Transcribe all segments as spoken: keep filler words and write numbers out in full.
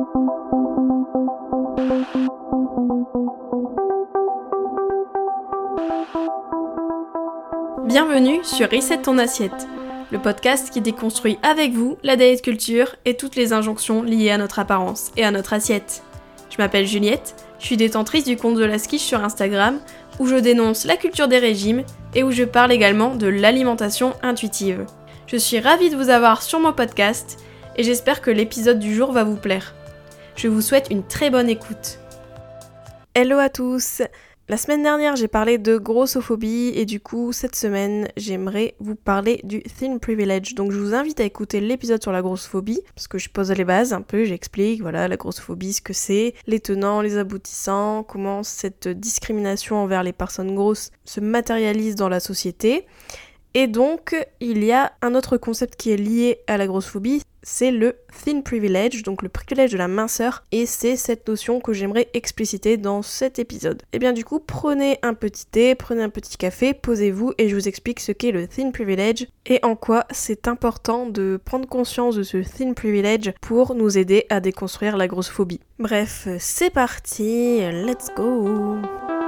Bienvenue sur Reset ton assiette, le podcast qui déconstruit avec vous la diet culture et toutes les injonctions liées à notre apparence et à notre assiette. Je m'appelle Juliette, je suis détentrice du compte de la Skiche sur Instagram, où je dénonce la culture des régimes et où je parle également de l'alimentation intuitive. Je suis ravie de vous avoir sur mon podcast et j'espère que l'épisode du jour va vous plaire. Je vous souhaite une très bonne écoute. Hello à tous! La semaine dernière, j'ai parlé de grossophobie et du coup, cette semaine, j'aimerais vous parler du thin privilege. Donc je vous invite à écouter l'épisode sur la grossophobie, parce que je pose les bases un peu, j'explique, voilà, la grossophobie, ce que c'est, les tenants, les aboutissants, comment cette discrimination envers les personnes grosses se matérialise dans la société. Et donc, il y a un autre concept qui est lié à la grossophobie, c'est le thin privilege, donc le privilège de la minceur, et c'est cette notion que j'aimerais expliciter dans cet épisode. Et bien du coup, prenez un petit thé, prenez un petit café, posez-vous et je vous explique ce qu'est le thin privilege et en quoi c'est important de prendre conscience de ce thin privilege pour nous aider à déconstruire la grossophobie. Bref, c'est parti, let's go!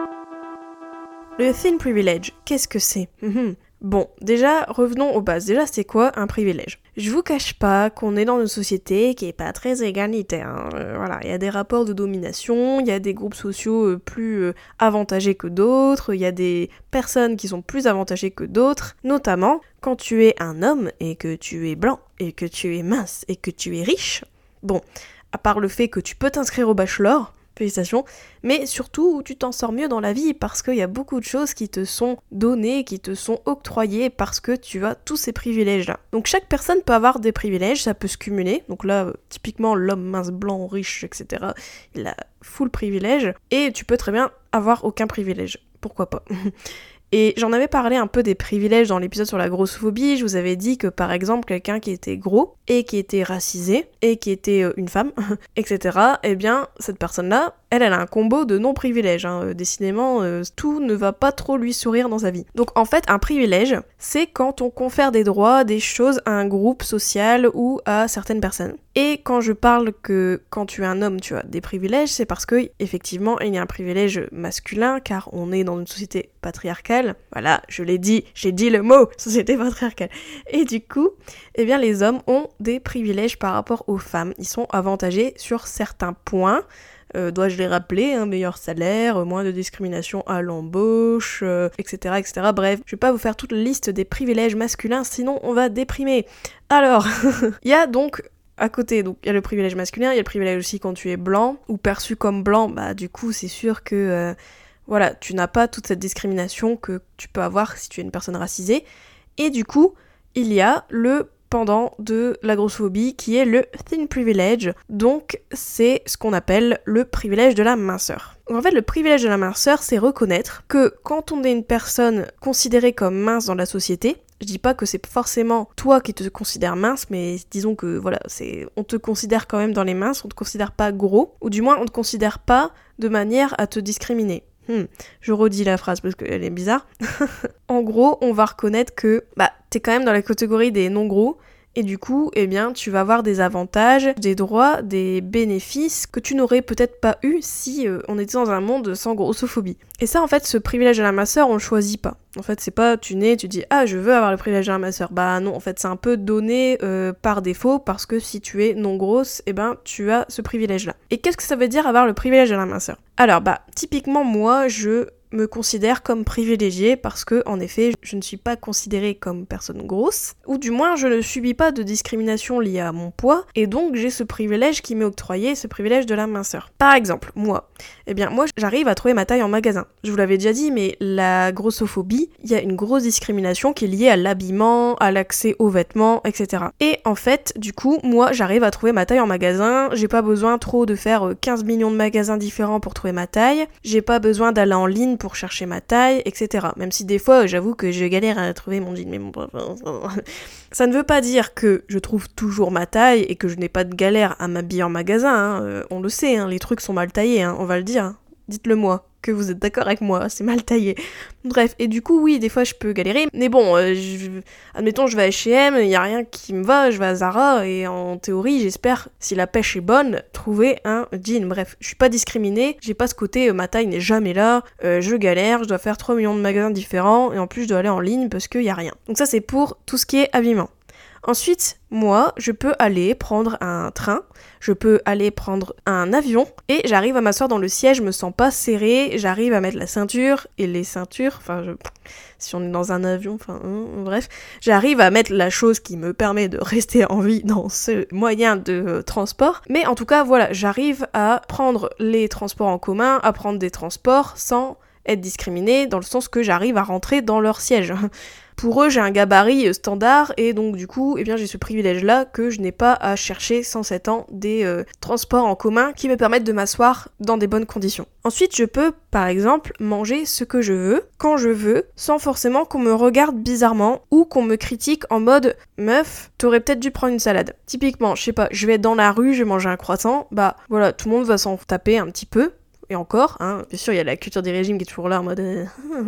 Le thin privilege, qu'est-ce que c'est ? Bon, déjà, revenons aux bases. Déjà, c'est quoi un privilège ? Je vous cache pas qu'on est dans une société qui est pas très égalitaire. Hein. Euh, voilà, il y a des rapports de domination, il y a des groupes sociaux euh, plus euh, avantagés que d'autres, il y a des personnes qui sont plus avantagées que d'autres, notamment quand tu es un homme et que tu es blanc, et que tu es mince, et que tu es riche. Bon, à part le fait que tu peux t'inscrire au bachelor, félicitations, mais surtout où tu t'en sors mieux dans la vie parce qu'il y a beaucoup de choses qui te sont données, qui te sont octroyées parce que tu as tous ces privilèges-là. Donc chaque personne peut avoir des privilèges, ça peut se cumuler. Donc là, typiquement, l'homme mince, blanc, riche, et cetera, il a full privilège. Et tu peux très bien avoir aucun privilège. Pourquoi pas ? Et j'en avais parlé un peu des privilèges dans l'épisode sur la grossophobie, je vous avais dit que par exemple quelqu'un qui était gros et qui était racisé et qui était euh, une femme, et cetera, eh bien cette personne-là, elle, elle a un combo de non-privilèges, hein. euh, décidément euh, tout ne va pas trop lui sourire dans sa vie. Donc en fait un privilège, c'est quand on confère des droits, des choses à un groupe social ou à certaines personnes. Et quand je parle que quand tu es un homme tu as des privilèges, c'est parce que effectivement il y a un privilège masculin car on est dans une société patriarcale. Voilà, je l'ai dit, j'ai dit le mot, société patriarcale. Et du coup, eh bien les hommes ont des privilèges par rapport aux femmes. Ils sont avantagés sur certains points. Euh, dois-je les rappeler, un meilleur salaire, moins de discrimination à l'embauche, euh, et cetera, et cetera. Bref, je vais pas vous faire toute la liste des privilèges masculins, sinon on va déprimer. Alors, il y a donc à côté, donc il y a le privilège masculin, il y a le privilège aussi quand tu es blanc, ou perçu comme blanc, bah du coup c'est sûr que... Euh, Voilà, tu n'as pas toute cette discrimination que tu peux avoir si tu es une personne racisée. Et du coup, il y a le pendant de la grossophobie qui est le thin privilege. Donc, c'est ce qu'on appelle le privilège de la minceur. En fait, le privilège de la minceur, c'est reconnaître que quand on est une personne considérée comme mince dans la société, je dis pas que c'est forcément toi qui te considères mince, mais disons que voilà, c'est on te considère quand même dans les minces, on te considère pas gros, ou du moins on te considère pas de manière à te discriminer. Hmm, je redis la phrase parce qu'elle est bizarre. En gros, on va reconnaître que bah t'es quand même dans la catégorie des non-gros, et du coup, eh bien, tu vas avoir des avantages, des droits, des bénéfices que tu n'aurais peut-être pas eu si euh, on était dans un monde sans grossophobie. Et ça, en fait, ce privilège de la minceur, on le choisit pas. En fait, c'est pas tu nais, tu dis « Ah, je veux avoir le privilège de la minceur ». Bah non, en fait, c'est un peu donné euh, par défaut parce que si tu es non grosse, eh ben, tu as ce privilège-là. Et qu'est-ce que ça veut dire avoir le privilège de la minceur ? Alors, bah, typiquement, moi, je... me considère comme privilégiée parce que, en effet, je ne suis pas considérée comme personne grosse, ou du moins je ne subis pas de discrimination liée à mon poids, et donc j'ai ce privilège qui m'est octroyé, ce privilège de la minceur. Par exemple, moi, eh bien moi j'arrive à trouver ma taille en magasin. Je vous l'avais déjà dit, mais la grossophobie, il y a une grosse discrimination qui est liée à l'habillement, à l'accès aux vêtements, et cetera. Et en fait, du coup, moi j'arrive à trouver ma taille en magasin, j'ai pas besoin trop de faire quinze millions de magasins différents pour trouver ma taille, j'ai pas besoin d'aller en ligne pour chercher ma taille, et cetera. Même si des fois, j'avoue que je galère à trouver mon jean, mais bon... Ça ne veut pas dire que je trouve toujours ma taille et que je n'ai pas de galère à m'habiller en magasin, hein. euh, on le sait, hein, les trucs sont mal taillés, hein, on va le dire. Hein. Dites-le moi, que vous êtes d'accord avec moi, c'est mal taillé. Bref, et du coup, oui, des fois je peux galérer, mais bon, euh, je... admettons, je vais à H et M, il y a rien qui me va, je vais à Zara, et en théorie, j'espère, si la pêche est bonne, trouver un jean. Bref, je suis pas discriminée, j'ai pas ce côté, euh, ma taille n'est jamais là, euh, je galère, je dois faire trois millions de magasins différents, et en plus je dois aller en ligne parce qu'il y a rien. Donc ça, c'est pour tout ce qui est habillement. Ensuite, moi, je peux aller prendre un train, je peux aller prendre un avion, et j'arrive à m'asseoir dans le siège, je me sens pas serrée, j'arrive à mettre la ceinture, et les ceintures, enfin, je... si on est dans un avion, enfin, hein, bref, j'arrive à mettre la chose qui me permet de rester en vie dans ce moyen de euh, transport, mais en tout cas, voilà, j'arrive à prendre les transports en commun, à prendre des transports sans être discriminée, dans le sens que j'arrive à rentrer dans leur siège. Pour eux, j'ai un gabarit standard et donc du coup, eh bien, j'ai ce privilège-là que je n'ai pas à chercher sans sept ans des euh, transports en commun qui me permettent de m'asseoir dans des bonnes conditions. Ensuite, je peux, par exemple, manger ce que je veux, quand je veux, sans forcément qu'on me regarde bizarrement ou qu'on me critique en mode « Meuf, t'aurais peut-être dû prendre une salade ». Typiquement, je sais pas, je vais être dans la rue, je vais manger un croissant, bah voilà, tout le monde va s'en taper un petit peu. Et encore, hein, bien sûr, il y a la culture des régimes qui est toujours là en mode euh,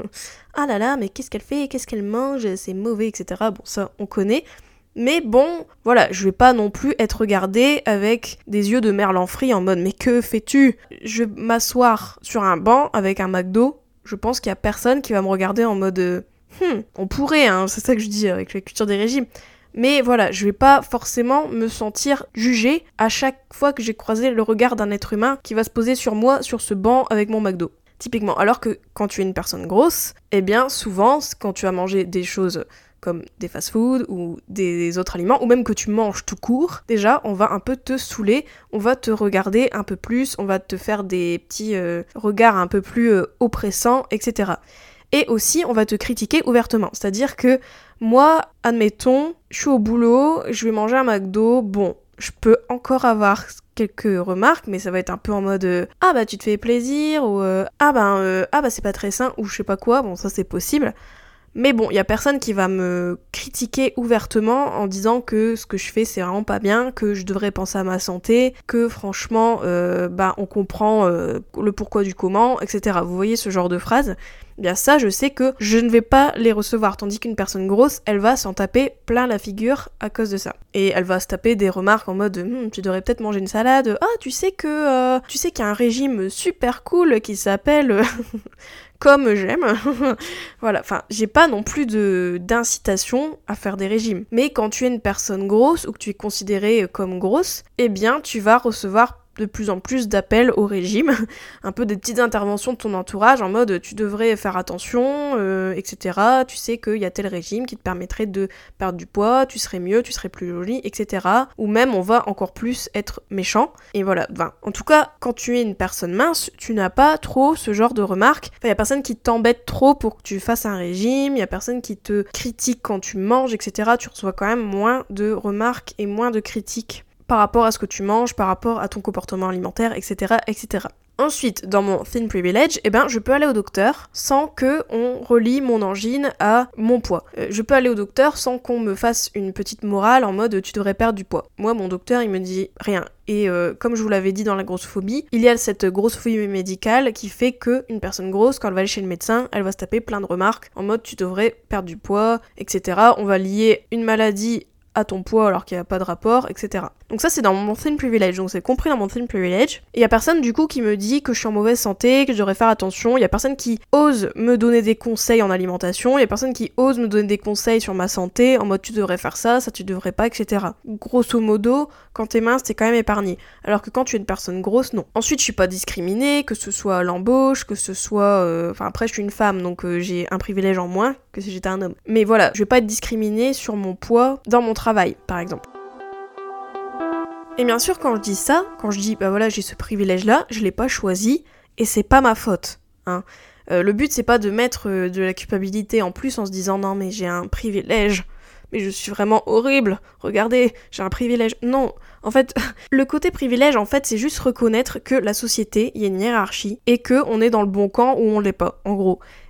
« Ah là là, mais qu'est-ce qu'elle fait, qu'est-ce qu'elle mange, c'est mauvais, et cetera » Bon, ça, on connaît. Mais bon, voilà, je vais pas non plus être regardée avec des yeux de merlan frit en mode « Mais que fais-tu » Je vais m'asseoir sur un banc avec un McDo, je pense qu'il y a personne qui va me regarder en mode euh, « Hmm, on pourrait, hein, c'est ça que je dis avec la culture des régimes. » Mais voilà, je vais pas forcément me sentir jugée à chaque fois que j'ai croisé le regard d'un être humain qui va se poser sur moi, sur ce banc avec mon McDo. Typiquement, alors que quand tu es une personne grosse, eh bien souvent, quand tu vas manger des choses comme des fast-food ou des autres aliments, ou même que tu manges tout court, déjà, on va un peu te saouler, on va te regarder un peu plus, on va te faire des petits euh, regards un peu plus euh, oppressants, et cetera. Et aussi, on va te critiquer ouvertement, c'est-à-dire que moi, admettons, je suis au boulot, je vais manger un McDo, bon, je peux encore avoir quelques remarques, mais ça va être un peu en mode euh, « Ah bah tu te fais plaisir » ou euh, « Ah bah, euh, ah bah c'est pas très sain » ou je sais pas quoi, bon ça c'est possible. Mais bon, il y a personne qui va me critiquer ouvertement en disant que ce que je fais c'est vraiment pas bien, que je devrais penser à ma santé, que franchement, euh, bah on comprend euh, le pourquoi du comment, et cetera. Vous voyez ce genre de phrases ? Eh bien ça, je sais que je ne vais pas les recevoir, tandis qu'une personne grosse, elle va s'en taper plein la figure à cause de ça. Et elle va se taper des remarques en mode hm, « Tu devrais peut-être manger une salade. Ah, tu sais que euh, tu sais qu'il y a un régime super cool qui s'appelle... » comme j'aime. Voilà, enfin, j'ai pas non plus de d'incitation à faire des régimes. Mais quand tu es une personne grosse ou que tu es considérée comme grosse, eh bien, tu vas recevoir de plus en plus d'appels au régime, un peu des petites interventions de ton entourage en mode tu devrais faire attention, euh, et cetera. Tu sais qu'il y a tel régime qui te permettrait de perdre du poids, tu serais mieux, tu serais plus jolie, et cetera. Ou même on va encore plus être méchant. Et voilà, enfin, en tout cas, quand tu es une personne mince, tu n'as pas trop ce genre de remarques. Enfin, il y a personne qui t'embête trop pour que tu fasses un régime, il y a personne qui te critique quand tu manges, et cetera. Tu reçois quand même moins de remarques et moins de critiques par rapport à ce que tu manges, par rapport à ton comportement alimentaire, et cetera, et cetera. Ensuite, dans mon thin privilege, eh ben, je peux aller au docteur sans que on relie mon angine à mon poids. Euh, je peux aller au docteur sans qu'on me fasse une petite morale en mode tu devrais perdre du poids. Moi, mon docteur, il me dit rien. Et euh, comme je vous l'avais dit dans la grossophobie, il y a cette grossophobie médicale qui fait que une personne grosse, quand elle va aller chez le médecin, elle va se taper plein de remarques en mode tu devrais perdre du poids, et cetera. On va lier une maladie à ton poids alors qu'il n'y a pas de rapport, et cetera. Donc ça c'est dans mon thin privilege, donc c'est compris dans mon thin privilege. Et il y a personne du coup qui me dit que je suis en mauvaise santé, que je devrais faire attention, il y a personne qui ose me donner des conseils en alimentation, il y a personne qui ose me donner des conseils sur ma santé, en mode tu devrais faire ça, ça tu devrais pas, et cetera. Grosso modo, quand t'es mince, t'es quand même épargné. Alors que quand tu es une personne grosse, non. Ensuite, je suis pas discriminée, que ce soit à l'embauche, que ce soit... Euh... Enfin après, je suis une femme, donc euh, j'ai un privilège en moins que si j'étais un homme. Mais voilà, je vais pas être discriminée sur mon poids dans mon travail, par exemple. Et bien sûr, quand je dis ça, quand je dis, bah voilà, j'ai ce privilège-là, je l'ai pas choisi, et c'est pas ma faute, hein. Euh, le but, c'est pas de mettre euh, de la culpabilité en plus en se disant, non, mais j'ai un privilège, mais je suis vraiment horrible, regardez, j'ai un privilège. Non, en fait, le côté privilège, en fait, c'est juste reconnaître que la société, il y a une hiérarchie, et que on est dans le bon camp ou on l'est pas, en gros.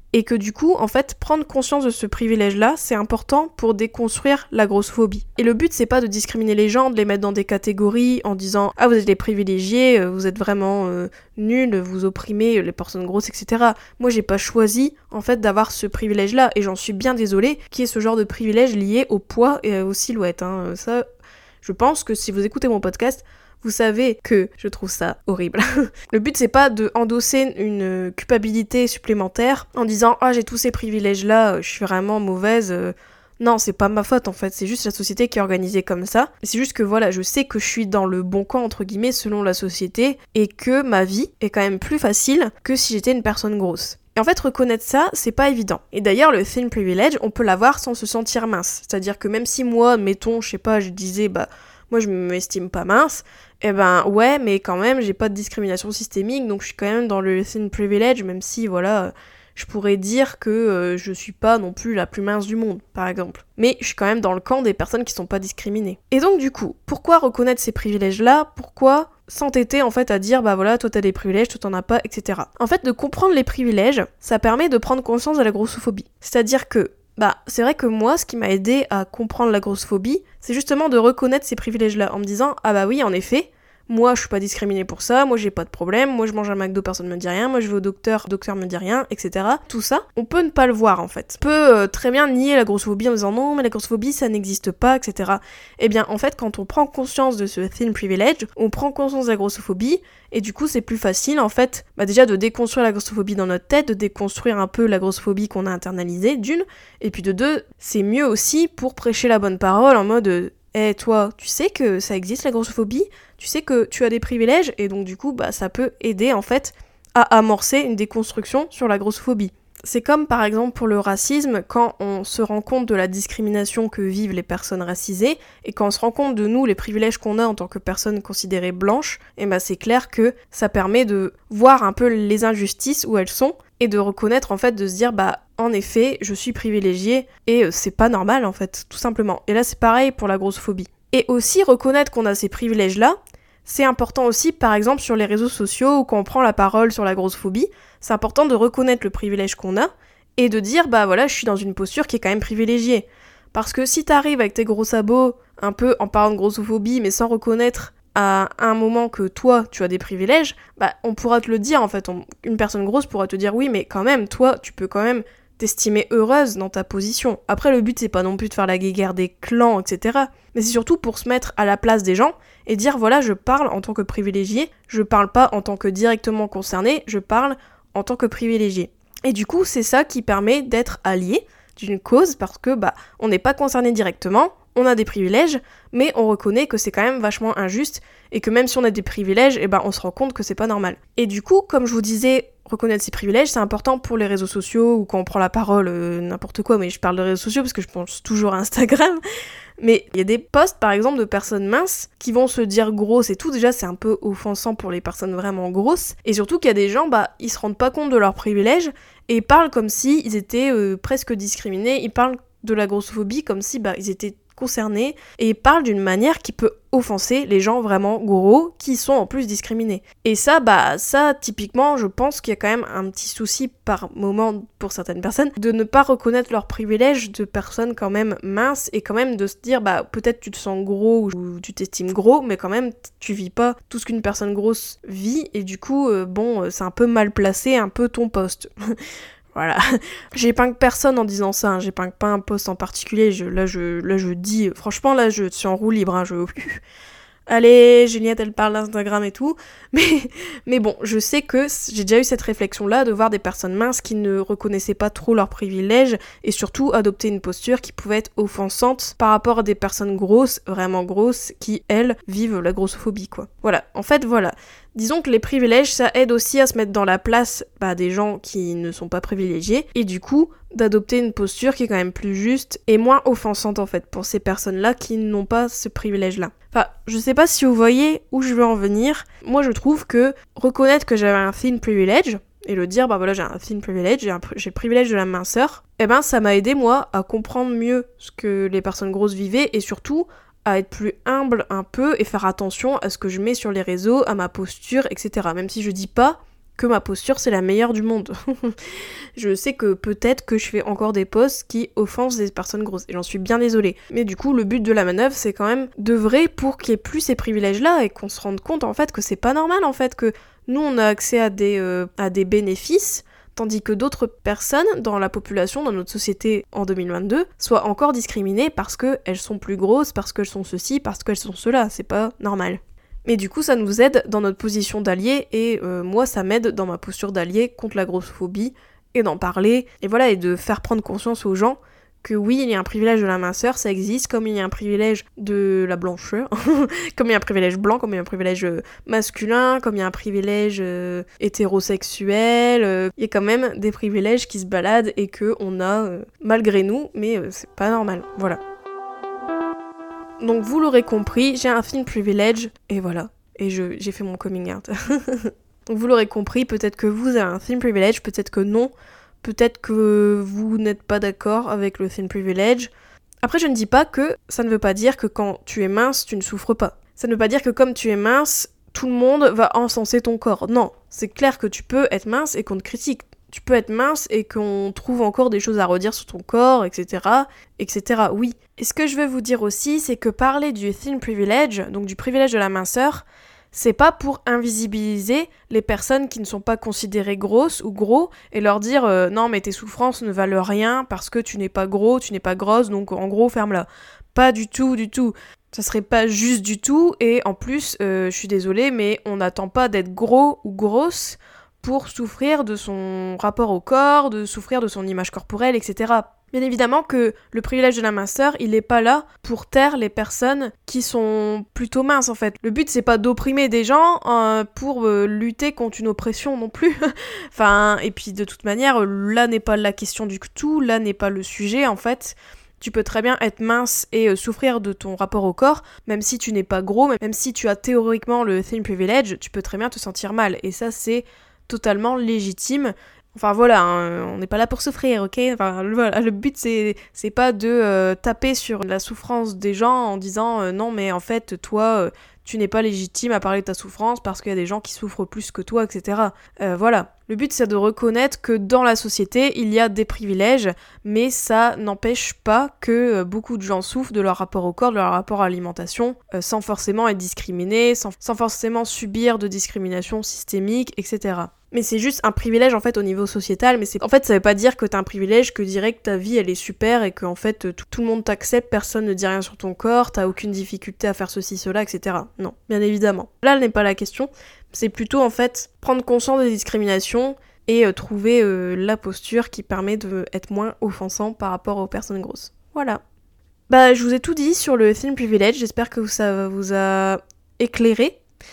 Et que du coup, en fait, prendre conscience de ce privilège-là, c'est important pour déconstruire la grossophobie. Et le but, c'est pas de discriminer les gens, de les mettre dans des catégories en disant « Ah, vous êtes des privilégiés, vous êtes vraiment euh, nuls, vous opprimez les personnes grosses, et cetera » Moi, j'ai pas choisi, en fait, d'avoir ce privilège-là, et j'en suis bien désolée qu'il y ait ce genre de privilège lié au poids et aux silhouettes. Hein. Ça, je pense que si vous écoutez mon podcast, vous savez que je trouve ça horrible. Le but, c'est pas de endosser une culpabilité supplémentaire en disant « Ah, j'ai tous ces privilèges-là, je suis vraiment mauvaise. » Non, c'est pas ma faute en fait, c'est juste la société qui est organisée comme ça. C'est juste que voilà, je sais que je suis dans le bon camp entre guillemets selon la société et que ma vie est quand même plus facile que si j'étais une personne grosse. Et en fait, reconnaître ça, c'est pas évident. Et d'ailleurs, le thin privilege, on peut l'avoir sans se sentir mince. C'est-à-dire que même si moi, mettons, je sais pas, je disais, bah, moi je m'estime pas mince, eh ben ouais, mais quand même, j'ai pas de discrimination systémique, donc je suis quand même dans le thin privilege, même si, voilà, je pourrais dire que euh, je suis pas non plus la plus mince du monde, par exemple. Mais je suis quand même dans le camp des personnes qui sont pas discriminées. Et donc du coup, pourquoi reconnaître ces privilèges-là ? Pourquoi s'entêter en fait à dire bah voilà, toi t'as des privilèges, toi t'en as pas, et cetera. En fait, de comprendre les privilèges, ça permet de prendre conscience de la grossophobie. C'est-à-dire que bah, c'est vrai que moi, ce qui m'a aidé à comprendre la grossophobie, c'est justement de reconnaître ces privilèges-là, en me disant, ah bah oui, en effet, moi, je suis pas discriminée pour ça, moi, j'ai pas de problème, moi, je mange un McDo, personne me dit rien, moi, je vais au docteur, le docteur me dit rien, et cetera. Tout ça, on peut ne pas le voir, en fait. On peut euh, très bien nier la grossophobie en disant, non, mais la grossophobie, ça n'existe pas, et cetera. Eh bien, en fait, quand on prend conscience de ce thin privilege, on prend conscience de la grossophobie, et du coup, c'est plus facile, en fait, bah déjà de déconstruire la grossophobie dans notre tête, de déconstruire un peu la grossophobie qu'on a internalisée, d'une, et puis de deux, c'est mieux aussi pour prêcher la bonne parole en mode euh, « Eh, toi, tu sais que ça existe la grossophobie ? Tu sais que tu as des privilèges ?» Et donc, du coup, bah, ça peut aider, en fait, à amorcer une déconstruction sur la grossophobie. C'est comme, par exemple, pour le racisme, quand on se rend compte de la discrimination que vivent les personnes racisées, et quand on se rend compte de nous, les privilèges qu'on a en tant que personnes considérées blanches, et bah c'est clair que ça permet de voir un peu les injustices où elles sont, et de reconnaître, en fait, de se dire, bah, en effet, je suis privilégiée, et euh, c'est pas normal, en fait, tout simplement. Et là, c'est pareil pour la grossophobie. Et aussi, reconnaître qu'on a ces privilèges-là, c'est important aussi, par exemple, sur les réseaux sociaux, ou quand on prend la parole sur la grossophobie, c'est important de reconnaître le privilège qu'on a, et de dire, bah voilà, je suis dans une posture qui est quand même privilégiée. Parce que si t'arrives avec tes gros sabots, un peu en parlant de grossophobie, mais sans reconnaître à un moment que toi, tu as des privilèges, bah on pourra te le dire, en fait. On, une personne grosse pourra te dire, oui, mais quand même, toi, tu peux quand même t'estimer heureuse dans ta position. Après, le but, c'est pas non plus de faire la guéguerre des clans, et cetera. Mais c'est surtout pour se mettre à la place des gens et dire, voilà, je parle en tant que privilégié, je parle pas en tant que directement concerné, je parle en tant que privilégié. Et du coup, c'est ça qui permet d'être allié d'une cause, parce que, bah, on n'est pas concerné directement, on a des privilèges, mais on reconnaît que c'est quand même vachement injuste, et que même si on a des privilèges, eh ben, on se rend compte que c'est pas normal. Et du coup, comme je vous disais, reconnaître ses privilèges, c'est important pour les réseaux sociaux, ou quand on prend la parole, euh, n'importe quoi, mais je parle de réseaux sociaux parce que je pense toujours à Instagram. Mais il y a des posts, par exemple, de personnes minces qui vont se dire grosses et tout. Déjà, c'est un peu offensant pour les personnes vraiment grosses. Et surtout qu'il y a des gens, bah, ils se rendent pas compte de leurs privilèges et ils parlent comme si ils étaient euh, presque discriminés. Ils parlent de la grossophobie comme si, bah, ils étaient concernés, et ils parlent d'une manière qui peut offenser les gens vraiment gros qui sont en plus discriminés. Et ça, bah ça, typiquement, je pense qu'il y a quand même un petit souci par moment pour certaines personnes de ne pas reconnaître leurs privilèges de personnes quand même minces, et quand même de se dire, bah peut-être tu te sens gros ou tu t'estimes gros, mais quand même tu vis pas tout ce qu'une personne grosse vit, et du coup, euh, bon, c'est un peu mal placé, un peu ton poste. Voilà, j'épingle personne en disant ça, hein. J'épingle pas un poste en particulier, je, là, je, là je dis, franchement là je suis en roue libre, hein, je... Allez, Juliette elle parle d'Instagram et tout, mais, mais bon, je sais que j'ai déjà eu cette réflexion-là de voir des personnes minces qui ne reconnaissaient pas trop leurs privilèges, et surtout adopter une posture qui pouvait être offensante par rapport à des personnes grosses, vraiment grosses, qui elles vivent la grossophobie quoi. Voilà, en fait voilà. Disons que les privilèges, ça aide aussi à se mettre dans la place bah, des gens qui ne sont pas privilégiés, et du coup, d'adopter une posture qui est quand même plus juste et moins offensante en fait pour ces personnes-là qui n'ont pas ce privilège-là. Enfin, je sais pas si vous voyez où je veux en venir. Moi, je trouve que reconnaître que j'avais un thin privilege, et le dire, bah voilà, j'ai un thin privilege, j'ai, un, j'ai le privilège de la minceur, eh ben ça m'a aidé moi à comprendre mieux ce que les personnes grosses vivaient, et surtout à être plus humble un peu et faire attention à ce que je mets sur les réseaux, à ma posture, et cetera. Même si je dis pas que ma posture c'est la meilleure du monde. Je sais que peut-être que je fais encore des posts qui offensent des personnes grosses, et j'en suis bien désolée. Mais du coup, le but de la manœuvre, c'est quand même d'œuvrer pour qu'il y ait plus ces privilèges-là, et qu'on se rende compte en fait que c'est pas normal en fait, que nous on a accès à des, euh, à des bénéfices, tandis que d'autres personnes dans la population, dans notre société en deux mille vingt-deux, soient encore discriminées parce qu'elles sont plus grosses, parce qu'elles sont ceci, parce qu'elles sont cela, c'est pas normal. Mais du coup, ça nous aide dans notre position d'allié, et euh, moi, ça m'aide dans ma posture d'allié contre la grossophobie, et d'en parler, et voilà, et de faire prendre conscience aux gens que oui, il y a un privilège de la minceur, ça existe, comme il y a un privilège de la blancheur, comme il y a un privilège blanc, comme il y a un privilège euh, masculin, comme il y a un privilège euh, hétérosexuel, euh, il y a quand même des privilèges qui se baladent et qu'on a euh, malgré nous, mais euh, c'est pas normal, voilà. Donc vous l'aurez compris, j'ai un thin privilege, et voilà, et je, j'ai fait mon coming out. Donc vous l'aurez compris, peut-être que vous avez un thin privilege, peut-être que non, peut-être que vous n'êtes pas d'accord avec le thin privilege. Après, je ne dis pas que ça ne veut pas dire que quand tu es mince, tu ne souffres pas. Ça ne veut pas dire que comme tu es mince, tout le monde va encenser ton corps. Non, c'est clair que tu peux être mince et qu'on te critique. Tu peux être mince et qu'on trouve encore des choses à redire sur ton corps, et cetera, et cetera. Oui. Et ce que je veux vous dire aussi, c'est que parler du thin privilege, donc du privilège de la minceur, c'est pas pour invisibiliser les personnes qui ne sont pas considérées grosses ou gros et leur dire euh, non mais tes souffrances ne valent rien parce que tu n'es pas gros, tu n'es pas grosse, donc en gros ferme-la. Pas du tout, du tout. Ça serait pas juste du tout, et en plus, euh, je suis désolée, mais on n'attend pas d'être gros ou grosse pour souffrir de son rapport au corps, de souffrir de son image corporelle, et cetera. Bien évidemment que le privilège de la minceur, il est pas là pour taire les personnes qui sont plutôt minces en fait. Le but c'est pas d'opprimer des gens euh, pour euh, lutter contre une oppression non plus. Enfin, et puis de toute manière, là n'est pas la question du tout, là n'est pas le sujet en fait. Tu peux très bien être mince et euh, souffrir de ton rapport au corps, même si tu n'es pas gros, même si tu as théoriquement le thin privilege, tu peux très bien te sentir mal. Et ça c'est totalement légitime. Enfin voilà, hein, on n'est pas là pour souffrir, ok ? Enfin voilà, le but c'est, c'est pas de euh, taper sur la souffrance des gens en disant euh, non mais en fait toi euh, tu n'es pas légitime à parler de ta souffrance parce qu'il y a des gens qui souffrent plus que toi, et cetera. Euh, voilà, le but c'est de reconnaître que dans la société il y a des privilèges, mais ça n'empêche pas que euh, beaucoup de gens souffrent de leur rapport au corps, de leur rapport à l'alimentation, euh, sans forcément être discriminés, sans, sans forcément subir de discrimination systémique, et cetera. Mais c'est juste un privilège en fait au niveau sociétal, mais c'est en fait ça veut pas dire que t'as un privilège que direct ta vie elle est super et que en fait tout, tout le monde t'accepte, personne ne dit rien sur ton corps, t'as aucune difficulté à faire ceci, cela, et cetera. Non, bien évidemment. Là elle n'est pas la question, c'est plutôt en fait prendre conscience des discriminations et euh, trouver euh, la posture qui permet d'être moins offensant par rapport aux personnes grosses. Voilà. Bah je vous ai tout dit sur le thin privilege, j'espère que ça vous a éclairé.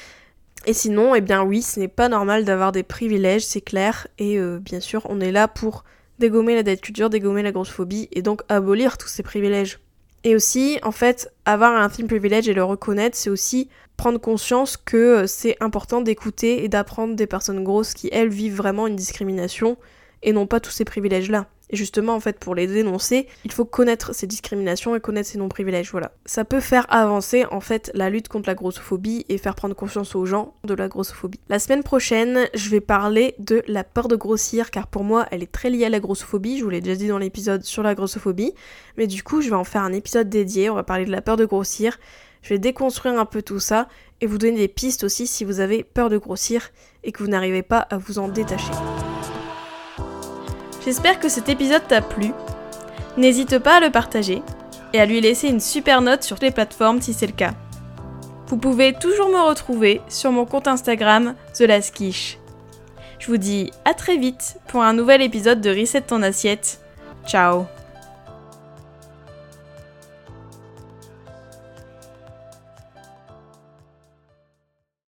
Et sinon, eh bien oui, ce n'est pas normal d'avoir des privilèges, c'est clair, et euh, bien sûr, on est là pour dégommer la diet culture, dégommer la grossophobie, et donc abolir tous ces privilèges. Et aussi, en fait, avoir un thin privilege et le reconnaître, c'est aussi prendre conscience que c'est important d'écouter et d'apprendre des personnes grosses qui, elles, vivent vraiment une discrimination, et n'ont pas tous ces privilèges-là. Et justement, en fait, pour les dénoncer, il faut connaître ces discriminations et connaître ces non-privilèges, voilà. Ça peut faire avancer, en fait, la lutte contre la grossophobie et faire prendre conscience aux gens de la grossophobie. La semaine prochaine, je vais parler de la peur de grossir, car pour moi, elle est très liée à la grossophobie, je vous l'ai déjà dit dans l'épisode sur la grossophobie, mais du coup, je vais en faire un épisode dédié, on va parler de la peur de grossir, je vais déconstruire un peu tout ça, et vous donner des pistes aussi si vous avez peur de grossir et que vous n'arrivez pas à vous en détacher. J'espère que cet épisode t'a plu. N'hésite pas à le partager et à lui laisser une super note sur toutes les plateformes si c'est le cas. Vous pouvez toujours me retrouver sur mon compte Instagram The Last Quiche. Je vous dis à très vite pour un nouvel épisode de Reset ton assiette. Ciao.